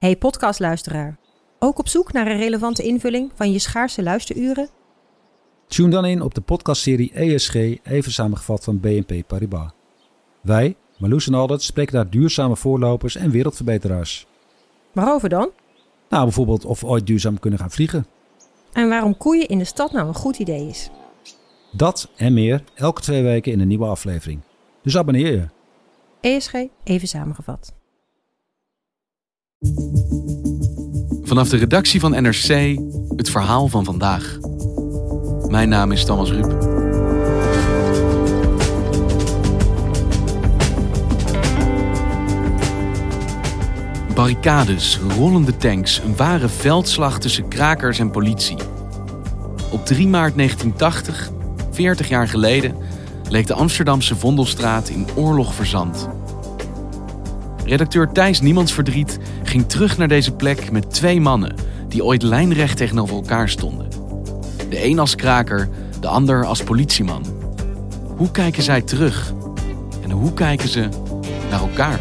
Hey podcastluisteraar, ook op zoek naar een relevante invulling van je schaarse luisteruren? Tune dan in op de podcastserie ESG, even samengevat van BNP Paribas. Wij, Marloes en Aldert, spreken daar duurzame voorlopers en wereldverbeteraars. Waarover dan? Nou, bijvoorbeeld of we ooit duurzaam kunnen gaan vliegen. En waarom koeien in de stad nou een goed idee is. Dat en meer elke 2 weken in een nieuwe aflevering. Dus abonneer je. ESG, even samengevat. Vanaf de redactie van NRC, het verhaal van vandaag. Mijn naam is Thomas Ruip. Barricades, rollende tanks, een ware veldslag tussen krakers en politie. Op 3 maart 1980, 40 jaar geleden, leek de Amsterdamse Vondelstraat in oorlog verzand. Redacteur Thijs Niemandsverdriet ging terug naar deze plek met 2 mannen die ooit lijnrecht tegenover elkaar stonden. De een als kraker, de ander als politieman. Hoe kijken zij terug? En hoe kijken ze naar elkaar?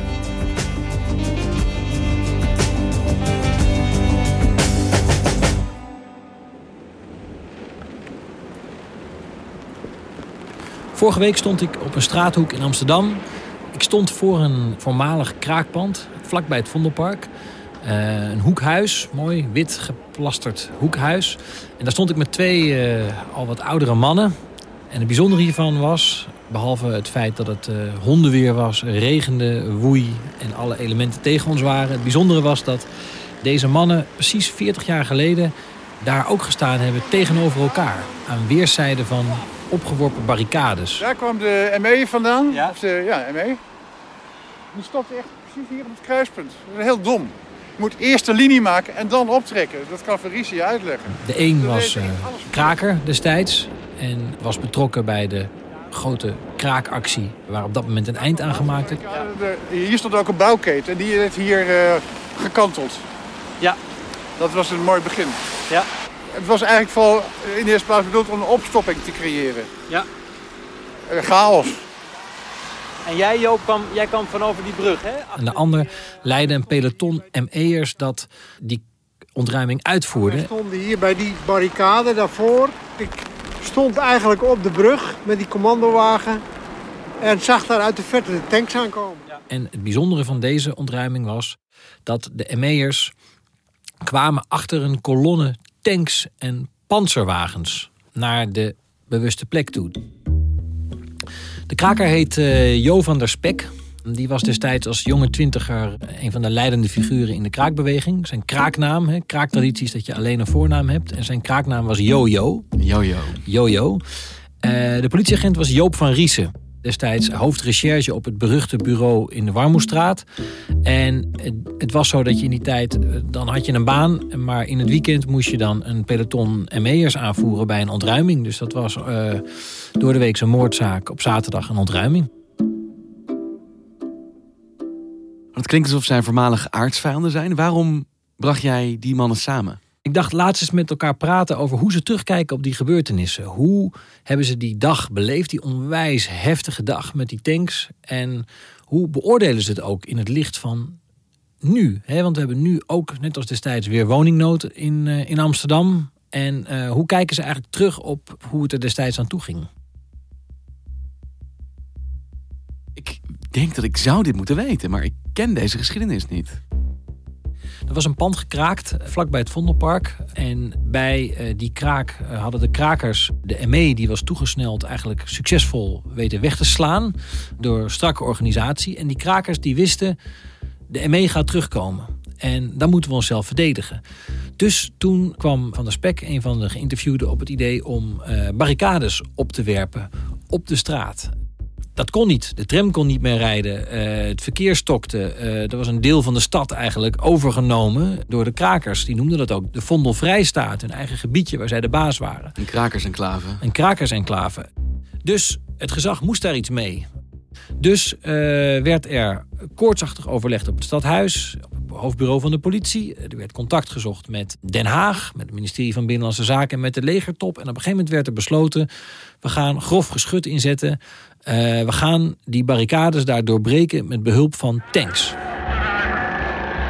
Vorige week stond ik op een straathoek in Amsterdam. Ik stond voor een voormalig kraakpand, vlakbij het Vondelpark. Een hoekhuis, mooi wit geplasterd hoekhuis. En daar stond ik met 2 al wat oudere mannen. En het bijzondere hiervan was, behalve het feit dat het hondenweer was, regende, woei en alle elementen tegen ons waren. Het bijzondere was dat deze mannen precies 40 jaar geleden daar ook gestaan hebben tegenover elkaar. Aan weerszijden van opgeworpen barricades. Daar kwam de ME vandaan. Ja? Of de ME. Die stopte echt precies hier op het kruispunt. Dat is heel dom. Je moet eerst de linie maken en dan optrekken. Dat kan Verrice je uitleggen. De een was kraker destijds en was betrokken bij de grote kraakactie waar op dat moment een eind aan gemaakt werd. Hier stond ook een bouwketen en die heeft hier gekanteld. Ja. Dat was een mooi begin. Ja. Het was eigenlijk vooral in de eerste plaats bedoeld om een opstopping te creëren. Ja. Chaos. En jij, Joop, kwam van over die brug, hè? En de ander leidde een peloton ME'ers dat die ontruiming uitvoerde. We stonden hier bij die barricade daarvoor. Ik stond eigenlijk op de brug met die commandowagen en zag daar uit de verte de tanks aankomen. Ja. En het bijzondere van deze ontruiming was dat de ME'ers kwamen achter een kolonne tanks en pantserwagens naar de bewuste plek toe. De kraker heet Jo van der Spek. Die was destijds als jonge 20er een van de leidende figuren in de kraakbeweging. Zijn kraaknaam, kraaktraditie is dat je alleen een voornaam hebt. En zijn kraaknaam was Jojo. Jojo. De politieagent was Joop van Riesen. Destijds hoofdrecherche op het beruchte bureau in de Warmoestraat. En het was zo dat je in die tijd, dan had je een baan, maar in het weekend moest je dan een peloton ME'ers aanvoeren bij een ontruiming. Dus dat was door de week zo'n moordzaak, op zaterdag een ontruiming. Het klinkt alsof zij voormalige aardsvijanden zijn. Waarom bracht jij die mannen samen? Ik dacht laatst eens met elkaar praten over hoe ze terugkijken op die gebeurtenissen. Hoe hebben ze die dag beleefd, die onwijs heftige dag met die tanks? En hoe beoordelen ze het ook in het licht van nu? Want we hebben nu ook, net als destijds, weer woningnood in Amsterdam. En hoe kijken ze eigenlijk terug op hoe het er destijds aan toe ging? Ik denk dat ik zou dit moeten weten, maar ik ken deze geschiedenis niet. Er was een pand gekraakt vlakbij het Vondelpark. En bij die kraak hadden de krakers de ME, die was toegesneld, eigenlijk succesvol weten weg te slaan door strakke organisatie. En die krakers die wisten, de ME gaat terugkomen. En dan moeten we onszelf verdedigen. Dus toen kwam Van der Spek, een van de geïnterviewden, op het idee om barricades op te werpen op de straat. Dat kon niet. De tram kon niet meer rijden. Het verkeer stokte. Er was een deel van de stad eigenlijk overgenomen door de krakers. Die noemden dat ook de Vondelvrijstaat, hun eigen gebiedje waar zij de baas waren. Een krakersenclave. Een krakersenclave. Dus het gezag moest daar iets mee. Dus werd er koortsachtig overlegd op het stadhuis, op het hoofdbureau van de politie. Er werd contact gezocht met Den Haag, met het ministerie van Binnenlandse Zaken en met de legertop. En op een gegeven moment werd er besloten, we gaan grof geschut inzetten. We gaan die barricades daar doorbreken met behulp van tanks.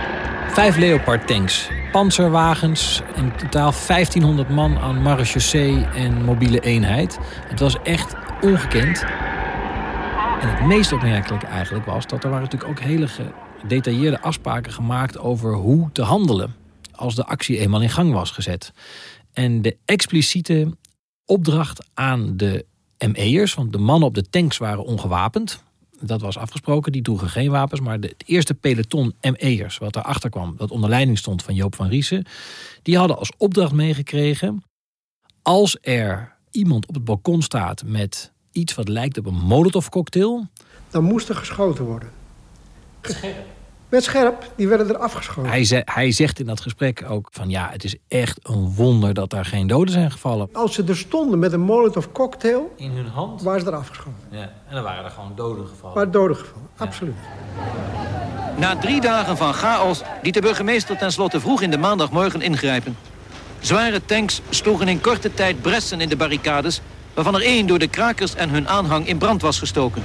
5 Leopard tanks, panzerwagens en in totaal 1500 man aan marechaussee en mobiele eenheid. Het was echt ongekend. En het meest opmerkelijke eigenlijk was dat er waren natuurlijk ook hele gedetailleerde afspraken gemaakt over hoe te handelen als de actie eenmaal in gang was gezet. En de expliciete opdracht aan de ME'ers, want de mannen op de tanks waren ongewapend. Dat was afgesproken, die droegen geen wapens. Maar het eerste peloton ME'ers, wat daarachter kwam, dat onder leiding stond van Joop van Riesen, die hadden als opdracht meegekregen: als er iemand op het balkon staat met iets wat lijkt op een molotovcocktail, Dan moest er geschoten worden. Met scherp, die werden er afgeschoten. Hij zegt in dat gesprek ook van ja, het is echt een wonder dat daar geen doden zijn gevallen. Als ze er stonden met een Molotov cocktail, In hun hand? waren ze er afgeschoten. Ja, en dan waren er gewoon doden gevallen. Maar doden gevallen, absoluut. Na 3 dagen van chaos liet de burgemeester tenslotte vroeg in de maandagmorgen ingrijpen. Zware tanks sloegen in korte tijd bressen in de barricades, waarvan er 1 door de krakers en hun aanhang in brand was gestoken.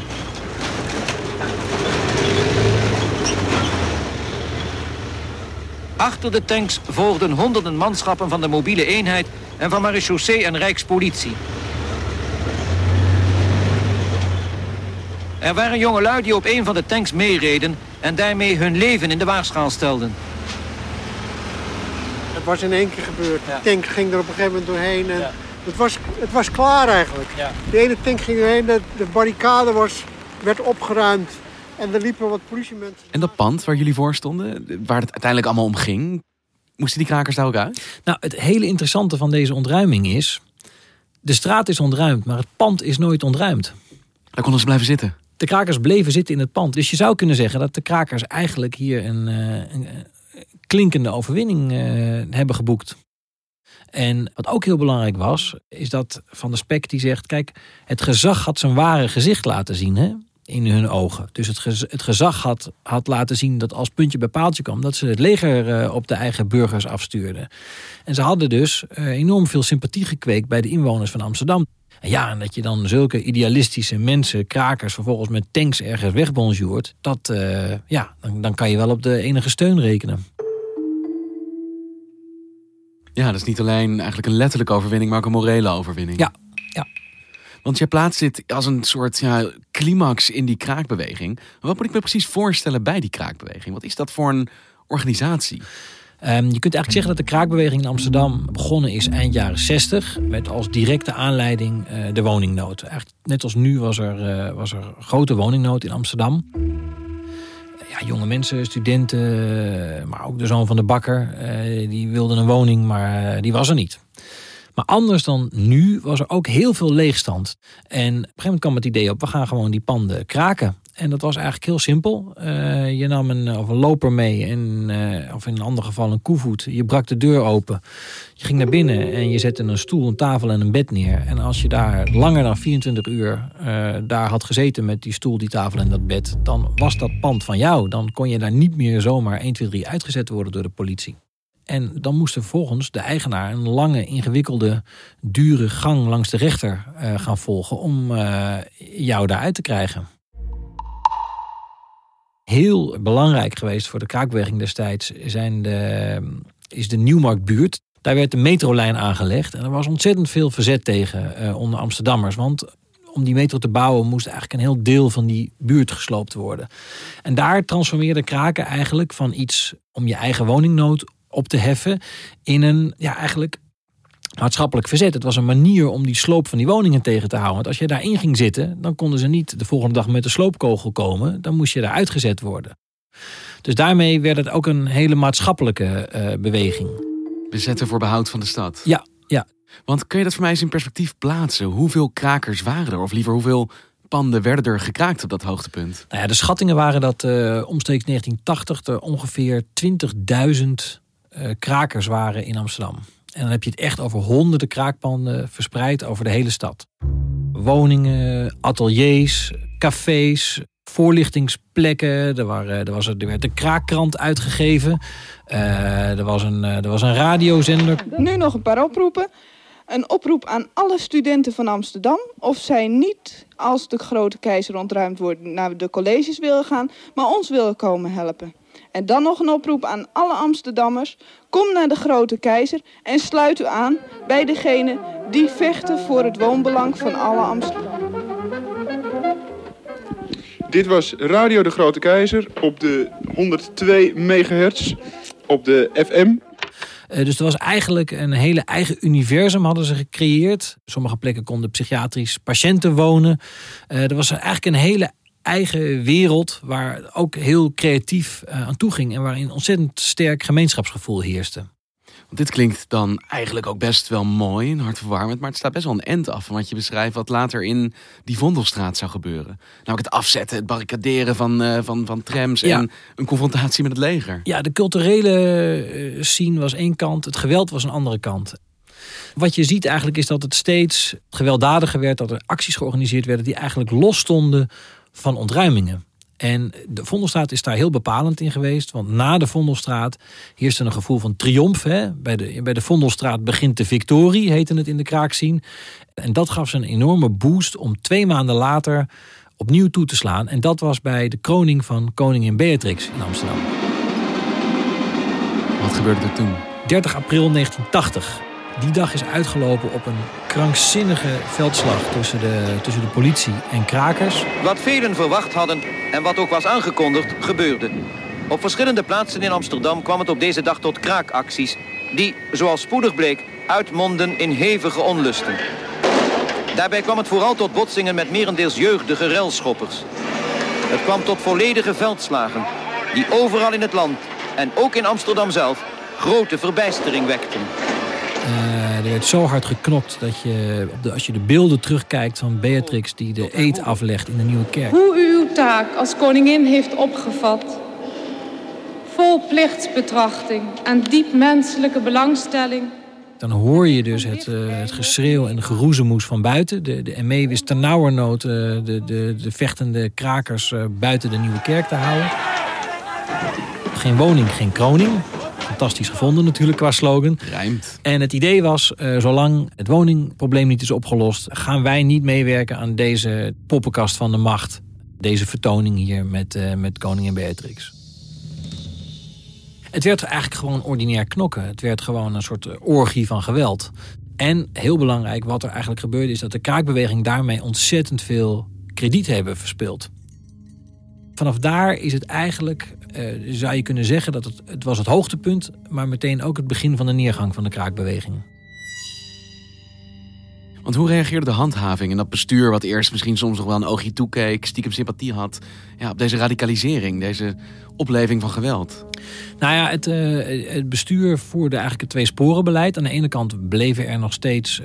Achter de tanks volgden honderden manschappen van de mobiele eenheid en van marechaussee en rijkspolitie. Er waren jongelui die op een van de tanks meereden en daarmee hun leven in de waagschaal stelden. Het was in 1 keer gebeurd. De tank ging er op een gegeven moment doorheen. En het was klaar eigenlijk. Ja. De ene tank ging doorheen, de barricade werd opgeruimd. En er liepen wat politiemensen. En dat pand waar jullie voor stonden, waar het uiteindelijk allemaal om ging, moesten die krakers daar ook uit? Nou, het hele interessante van deze ontruiming is, de straat is ontruimd, maar het pand is nooit ontruimd. Daar konden ze blijven zitten? De krakers bleven zitten in het pand. Dus je zou kunnen zeggen dat de krakers eigenlijk hier een klinkende overwinning hebben geboekt. En wat ook heel belangrijk was, is dat Van der Spek die zegt, kijk, het gezag had zijn ware gezicht laten zien, hè? In hun ogen. Dus het gezag had laten zien dat als puntje bij paaltje kwam, dat ze het leger op de eigen burgers afstuurden. En ze hadden dus enorm veel sympathie gekweekt bij de inwoners van Amsterdam. En ja, en dat je dan zulke idealistische mensen, krakers, vervolgens met tanks ergens wegbonjourd, dan kan je wel op de enige steun rekenen. Ja, dat is niet alleen eigenlijk een letterlijke overwinning, maar ook een morele overwinning. Ja. Want jij plaatst dit als een soort climax in die kraakbeweging. Wat moet ik me precies voorstellen bij die kraakbeweging? Wat is dat voor een organisatie? Je kunt eigenlijk zeggen dat de kraakbeweging in Amsterdam begonnen is eind jaren 60. Met als directe aanleiding de woningnood. Eigenlijk net als nu was er grote woningnood in Amsterdam. Ja, jonge mensen, studenten, maar ook de zoon van de bakker. Die wilden een woning, maar die was er niet. Maar anders dan nu was er ook heel veel leegstand. En op een gegeven moment kwam het idee op, we gaan gewoon die panden kraken. En dat was eigenlijk heel simpel. Je nam een loper mee, of in een ander geval een koevoet. Je brak de deur open. Je ging naar binnen en je zette een stoel, een tafel en een bed neer. En als je daar langer dan 24 uur daar had gezeten met die stoel, die tafel en dat bed, dan was dat pand van jou. Dan kon je daar niet meer zomaar 1, 2, 3 uitgezet worden door de politie. En dan moest er volgens de eigenaar een lange, ingewikkelde, dure gang langs de rechter gaan volgen om jou daaruit te krijgen. Heel belangrijk geweest voor de kraakbeweging destijds is de Nieuwmarktbuurt. Daar werd de metrolijn aangelegd en er was ontzettend veel verzet tegen onder Amsterdammers. Want om die metro te bouwen moest eigenlijk een heel deel van die buurt gesloopt worden. En daar transformeerde kraken eigenlijk van iets om je eigen woningnood op te heffen in een eigenlijk maatschappelijk verzet. Het was een manier om die sloop van die woningen tegen te houden. Want als je daarin ging zitten, dan konden ze niet de volgende dag met de sloopkogel komen. Dan moest je daar uitgezet worden. Dus daarmee werd het ook een hele maatschappelijke beweging. Bezetten voor behoud van de stad. Ja. Want kun je dat voor mij eens in perspectief plaatsen? Hoeveel krakers waren er? Of liever, hoeveel panden werden er gekraakt op dat hoogtepunt? Nou ja, de schattingen waren dat omstreeks 1980 er ongeveer 20.000 krakers waren in Amsterdam. En dan heb je het echt over honderden kraakpanden verspreid over de hele stad. Woningen, ateliers, cafés, voorlichtingsplekken. Er werd een kraakkrant uitgegeven. Er was een radiozender. Nu nog een paar oproepen. Een oproep aan alle studenten van Amsterdam. Of zij niet, als de Grote Keizer ontruimd wordt, naar de colleges willen gaan, maar ons willen komen helpen. En dan nog een oproep aan alle Amsterdammers. Kom naar de Grote Keizer en sluit u aan bij degenen die vechten voor het woonbelang van alle Amsterdammers. Dit was Radio de Grote Keizer op de 102 megahertz op de FM. Dus er was eigenlijk een hele eigen universum hadden ze gecreëerd. Sommige plekken konden psychiatrisch patiënten wonen. Er was eigenlijk een hele eigen wereld waar ook heel creatief aan toe ging. En waarin ontzettend sterk gemeenschapsgevoel heerste. Want dit klinkt dan eigenlijk ook best wel mooi en hartverwarmend. Maar het staat best wel een end af van wat je beschrijft wat later in die Vondelstraat zou gebeuren. Nou, het afzetten, het barricaderen van trams en een confrontatie met het leger. Ja, de culturele scene was één kant, het geweld was een andere kant. Wat je ziet eigenlijk is dat het steeds gewelddadiger werd, dat er acties georganiseerd werden die eigenlijk los stonden van ontruimingen. En de Vondelstraat is daar heel bepalend in geweest. Want na de Vondelstraat heerste een gevoel van triomf. Hè? Bij de Vondelstraat begint de victorie, heette het in de kraakscene. En dat gaf ze een enorme boost om 2 maanden later opnieuw toe te slaan. En dat was bij de kroning van koningin Beatrix in Amsterdam. Wat gebeurde er toen? 30 april 1980. Die dag is uitgelopen op een krankzinnige veldslag tussen de politie en krakers. Wat velen verwacht hadden en wat ook was aangekondigd, gebeurde. Op verschillende plaatsen in Amsterdam kwam het op deze dag tot kraakacties die, zoals spoedig bleek, uitmondden in hevige onlusten. Daarbij kwam het vooral tot botsingen met merendeels jeugdige relschoppers. Het kwam tot volledige veldslagen die overal in het land en ook in Amsterdam zelf grote verbijstering wekten. Er werd zo hard geknokt dat je, als je de beelden terugkijkt van Beatrix die de eed aflegt in de Nieuwe Kerk. Hoe u uw taak als koningin heeft opgevat. Vol plichtsbetrachting en diep menselijke belangstelling. Dan hoor je dus het geschreeuw en de geroezemoes van buiten. De ME wist ternauwernood de vechtende krakers buiten de Nieuwe Kerk te houden. Geen woning, geen kroning. Fantastisch gevonden natuurlijk qua slogan. Rijmt. En het idee was, zolang het woningprobleem niet is opgelost, gaan wij niet meewerken aan deze poppenkast van de macht. Deze vertoning hier met koningin Beatrix. Het werd eigenlijk gewoon ordinair knokken. Het werd gewoon een soort orgie van geweld. En heel belangrijk, wat er eigenlijk gebeurde, is dat de kraakbeweging daarmee ontzettend veel krediet hebben verspild. Vanaf daar is het eigenlijk, zou je kunnen zeggen dat het was het hoogtepunt, maar meteen ook het begin van de neergang van de kraakbeweging. Want hoe reageerde de handhaving en dat bestuur wat eerst misschien soms nog wel een oogje toekeek, stiekem sympathie had, op deze radicalisering, deze opleving van geweld? Nou ja, het bestuur voerde eigenlijk het tweesporenbeleid. Aan de ene kant bleven er nog steeds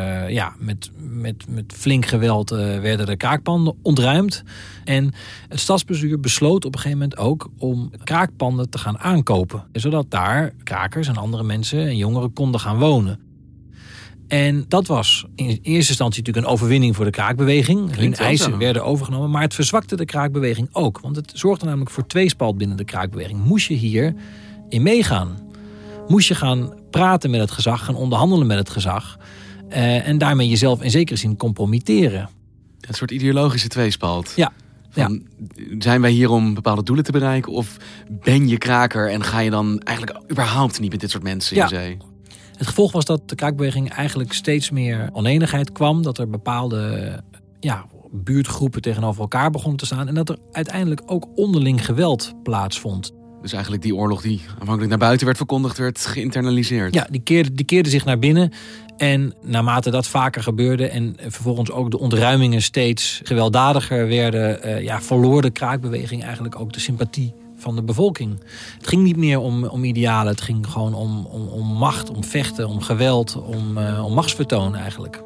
met flink geweld werden de kraakpanden ontruimd. En het stadsbestuur besloot op een gegeven moment ook om kraakpanden te gaan aankopen. Zodat daar krakers en andere mensen en jongeren konden gaan wonen. En dat was in eerste instantie natuurlijk een overwinning voor de kraakbeweging. Hun eisen werden overgenomen, maar het verzwakte de kraakbeweging ook. Want het zorgde namelijk voor tweespalt binnen de kraakbeweging. Moest je hier in meegaan? Moest je gaan praten met het gezag, gaan onderhandelen met het gezag en daarmee jezelf in zekere zin compromitteren? Een soort ideologische tweespalt. Ja. Zijn wij hier om bepaalde doelen te bereiken? Of ben je kraker en ga je dan eigenlijk überhaupt niet met dit soort mensen in zee? Het gevolg was dat de kraakbeweging eigenlijk steeds meer oneenigheid kwam. Dat er bepaalde buurtgroepen tegenover elkaar begonnen te staan. En dat er uiteindelijk ook onderling geweld plaatsvond. Dus eigenlijk die oorlog die aanvankelijk naar buiten werd verkondigd, werd geïnternaliseerd. Ja, die keerde zich naar binnen. En naarmate dat vaker gebeurde en vervolgens ook de ontruimingen steeds gewelddadiger werden, verloor de kraakbeweging eigenlijk ook de sympathie van de bevolking. Het ging niet meer om idealen. Het ging gewoon om macht, om vechten, om geweld, om machtsvertoon eigenlijk.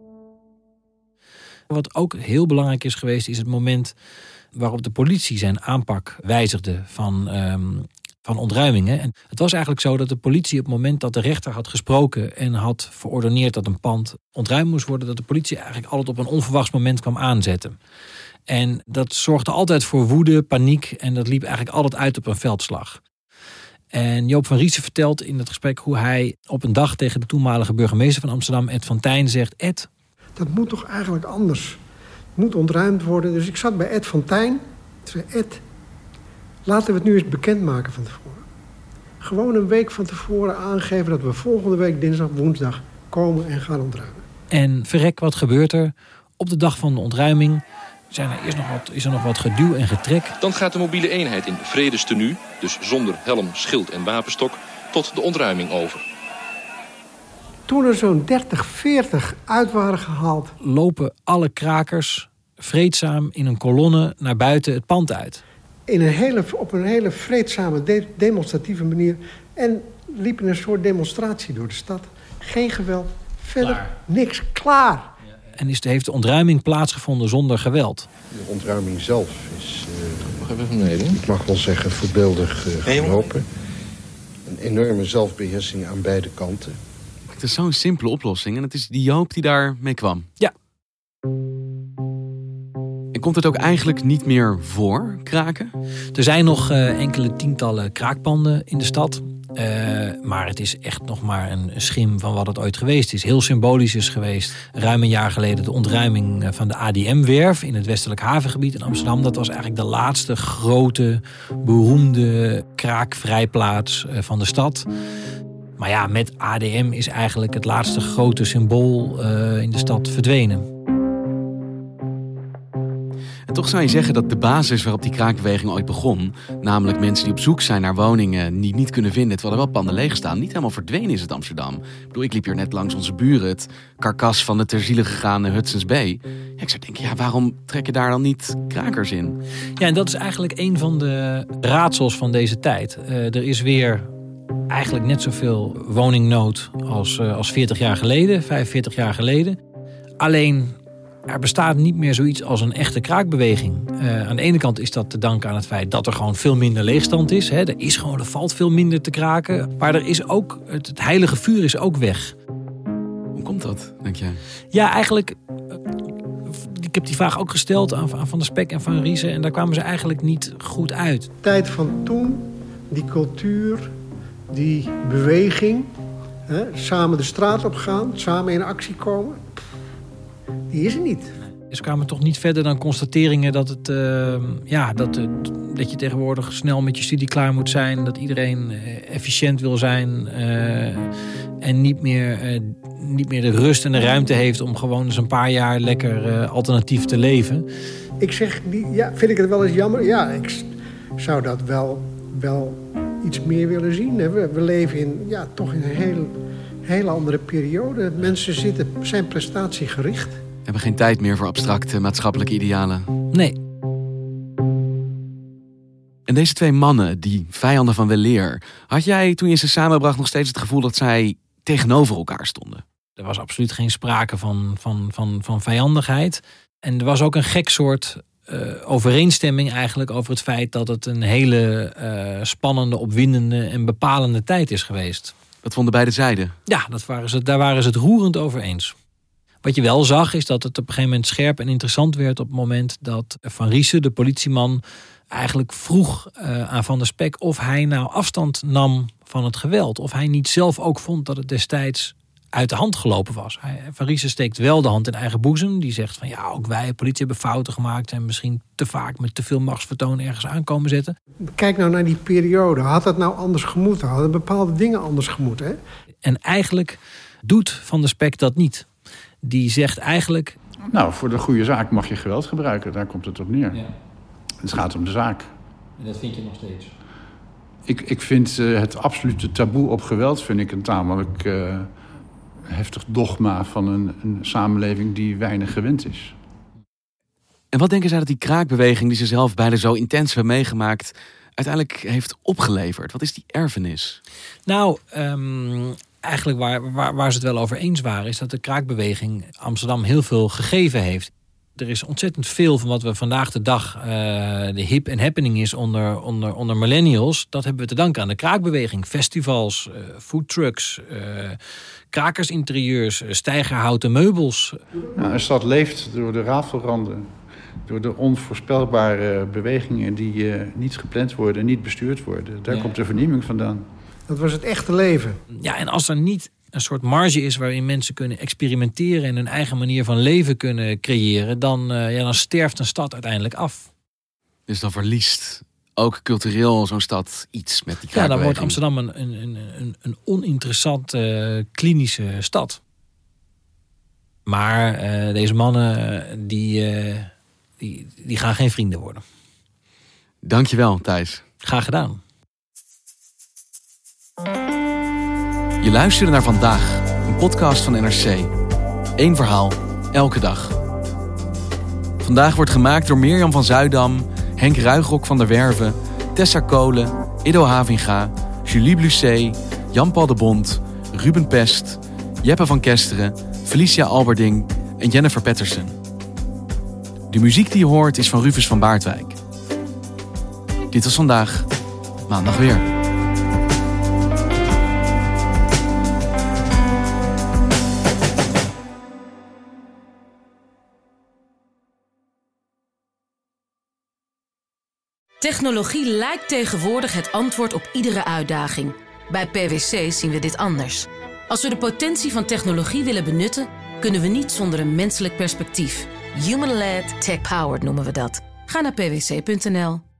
Wat ook heel belangrijk is geweest, is het moment waarop de politie zijn aanpak wijzigde van ontruimingen. En het was eigenlijk zo dat de politie op het moment dat de rechter had gesproken en had verordoneerd dat een pand ontruimd moest worden, dat de politie eigenlijk altijd op een onverwachts moment kwam aanzetten. En dat zorgde altijd voor woede, paniek en dat liep eigenlijk altijd uit op een veldslag. En Joop van Riesen vertelt in het gesprek hoe hij op een dag tegen de toenmalige burgemeester van Amsterdam, Ed van Tijn, zegt: Ed, dat moet toch eigenlijk anders? Het moet ontruimd worden. Dus ik zat bij Ed van Tijn. Ik zei: Ed, Laten we het nu eens bekendmaken van tevoren. Gewoon een week van tevoren aangeven dat we volgende week dinsdag, woensdag komen en gaan ontruimen. En verrek, wat gebeurt er? Op de dag van de ontruiming is er nog wat geduw en getrek. Dan gaat de mobiele eenheid in vredestenu, dus zonder helm, schild en wapenstok, tot de ontruiming over. Toen er zo'n 30, 40 uit waren gehaald, lopen alle krakers vreedzaam in een kolonne naar buiten het pand uit. Op een hele vreedzame, demonstratieve manier. En liepen een soort demonstratie door de stad. Geen geweld, verder niks, klaar. En heeft de ontruiming plaatsgevonden zonder geweld? De ontruiming zelf is, ik mag wel zeggen, voorbeeldig gelopen. Een enorme zelfbeheersing aan beide kanten. Het is zo'n simpele oplossing en het is die Joop die daarmee kwam. Ja. En komt het ook eigenlijk niet meer voor, kraken? Er zijn nog enkele tientallen kraakpanden in de stad. Maar het is echt nog maar een schim van wat het ooit geweest is. Heel symbolisch is geweest. Ruim een jaar geleden de ontruiming van de ADM-werf in het westelijk havengebied in Amsterdam. Dat was eigenlijk de laatste grote, beroemde kraakvrijplaats van de stad. Maar ja, met ADM is eigenlijk het laatste grote symbool in de stad verdwenen. En toch zou je zeggen dat de basis waarop die kraakbeweging ooit begon, namelijk mensen die op zoek zijn naar woningen die niet kunnen vinden, terwijl er wel panden leeg staan, niet helemaal verdwenen is het Amsterdam. Ik bedoel, ik liep hier net langs onze buren, het karkas van de ter ziele gegaane Hudson's Bay. Ja, ik zou denken, waarom trekken daar dan niet krakers in? Ja, en dat is eigenlijk een van de raadsels van deze tijd. Er is weer eigenlijk net zoveel woningnood als 40 jaar geleden, 45 jaar geleden. Alleen, er bestaat niet meer zoiets als een echte kraakbeweging. Aan de ene kant is dat te danken aan het feit dat er gewoon veel minder leegstand is. Hè. Er valt veel minder te kraken. Maar er is ook, het heilige vuur is ook weg. Hoe komt dat, denk jij? Ja, eigenlijk, ik heb die vraag ook gesteld aan Van der Spek en Van Riesen. En daar kwamen ze eigenlijk niet goed uit. De tijd van toen, die cultuur, die beweging, samen de straat op gaan, samen in actie komen, die is er niet. Ze kwamen toch niet verder dan constateringen dat dat je tegenwoordig snel met je studie klaar moet zijn, dat iedereen efficiënt wil zijn en niet meer de rust en de ruimte heeft om gewoon eens een paar jaar lekker alternatief te leven. Ik zeg, vind ik het wel eens jammer? Ja, ik zou dat wel iets meer willen zien. We leven toch in een hele andere periode. Mensen zijn prestatiegericht. We hebben geen tijd meer voor abstracte maatschappelijke idealen. Nee. En deze twee mannen, die vijanden van weleer, had jij toen je ze samenbracht nog steeds het gevoel dat zij tegenover elkaar stonden? Er was absoluut geen sprake van vijandigheid. En er was ook een gek soort overeenstemming eigenlijk over het feit dat het een hele spannende, opwindende en bepalende tijd is geweest. Dat vonden beide zijden? Ja, daar waren ze het roerend over eens. Wat je wel zag is dat het op een gegeven moment scherp en interessant werd op het moment dat Van Riesen, de politieman, eigenlijk vroeg aan Van der Spek of hij nou afstand nam van het geweld. Of hij niet zelf ook vond dat het destijds uit de hand gelopen was. Van Riesen steekt wel de hand in eigen boezem. Die zegt van ook wij, politie, hebben fouten gemaakt en misschien te vaak met te veel machtsvertoon ergens aankomen zetten. Kijk nou naar die periode. Had dat nou anders gemoeten? Hadden bepaalde dingen anders gemoeten? Hè? En eigenlijk doet Van der Spek dat niet. Die zegt eigenlijk, nou, voor de goede zaak mag je geweld gebruiken. Daar komt het op neer. Ja. Het gaat om de zaak. En dat vind je nog steeds? Ik vind het absolute taboe op geweld vind ik een tamelijk heftig dogma van een samenleving die weinig gewend is. En wat denken zij dat die kraakbeweging die ze zelf beide zo intens hebben meegemaakt uiteindelijk heeft opgeleverd? Wat is die erfenis? Nou, eigenlijk waar ze het wel over eens waren, is dat de kraakbeweging Amsterdam heel veel gegeven heeft. Er is ontzettend veel van wat we vandaag de dag de hip en happening is onder millennials. Dat hebben we te danken aan de kraakbeweging. Festivals, foodtrucks, krakersinterieurs, steigerhouten meubels. Nou, een stad leeft door de rafelranden. Door de onvoorspelbare bewegingen die niet gepland worden en niet bestuurd worden. Daar komt de vernieuwing vandaan. Dat was het echte leven. Ja, en als er niet een soort marge is waarin mensen kunnen experimenteren en hun eigen manier van leven kunnen creëren, dan sterft een stad uiteindelijk af. Dus dan verliest ook cultureel zo'n stad iets met die kraakbeweging? Ja, dan wordt Amsterdam een oninteressante klinische stad. Maar deze mannen, die gaan geen vrienden worden. Dankjewel, Thijs. Graag gedaan. Je luisterde naar Vandaag, een podcast van NRC. Eén verhaal, elke dag. Vandaag wordt gemaakt door Mirjam van Zuidam, Henk Ruigrok van der Werven, Tessa Kolen, Ido Havinga, Julie Blusset, Jan-Paul de Bond, Ruben Pest, Jeppe van Kesteren, Felicia Alberding en Jennifer Patterson. De muziek die je hoort is van Rufus van Baardwijk. Dit was Vandaag, maandag weer. Technologie lijkt tegenwoordig het antwoord op iedere uitdaging. Bij PwC zien we dit anders. Als we de potentie van technologie willen benutten, kunnen we niet zonder een menselijk perspectief. Human-led, tech-powered noemen we dat. Ga naar pwc.nl.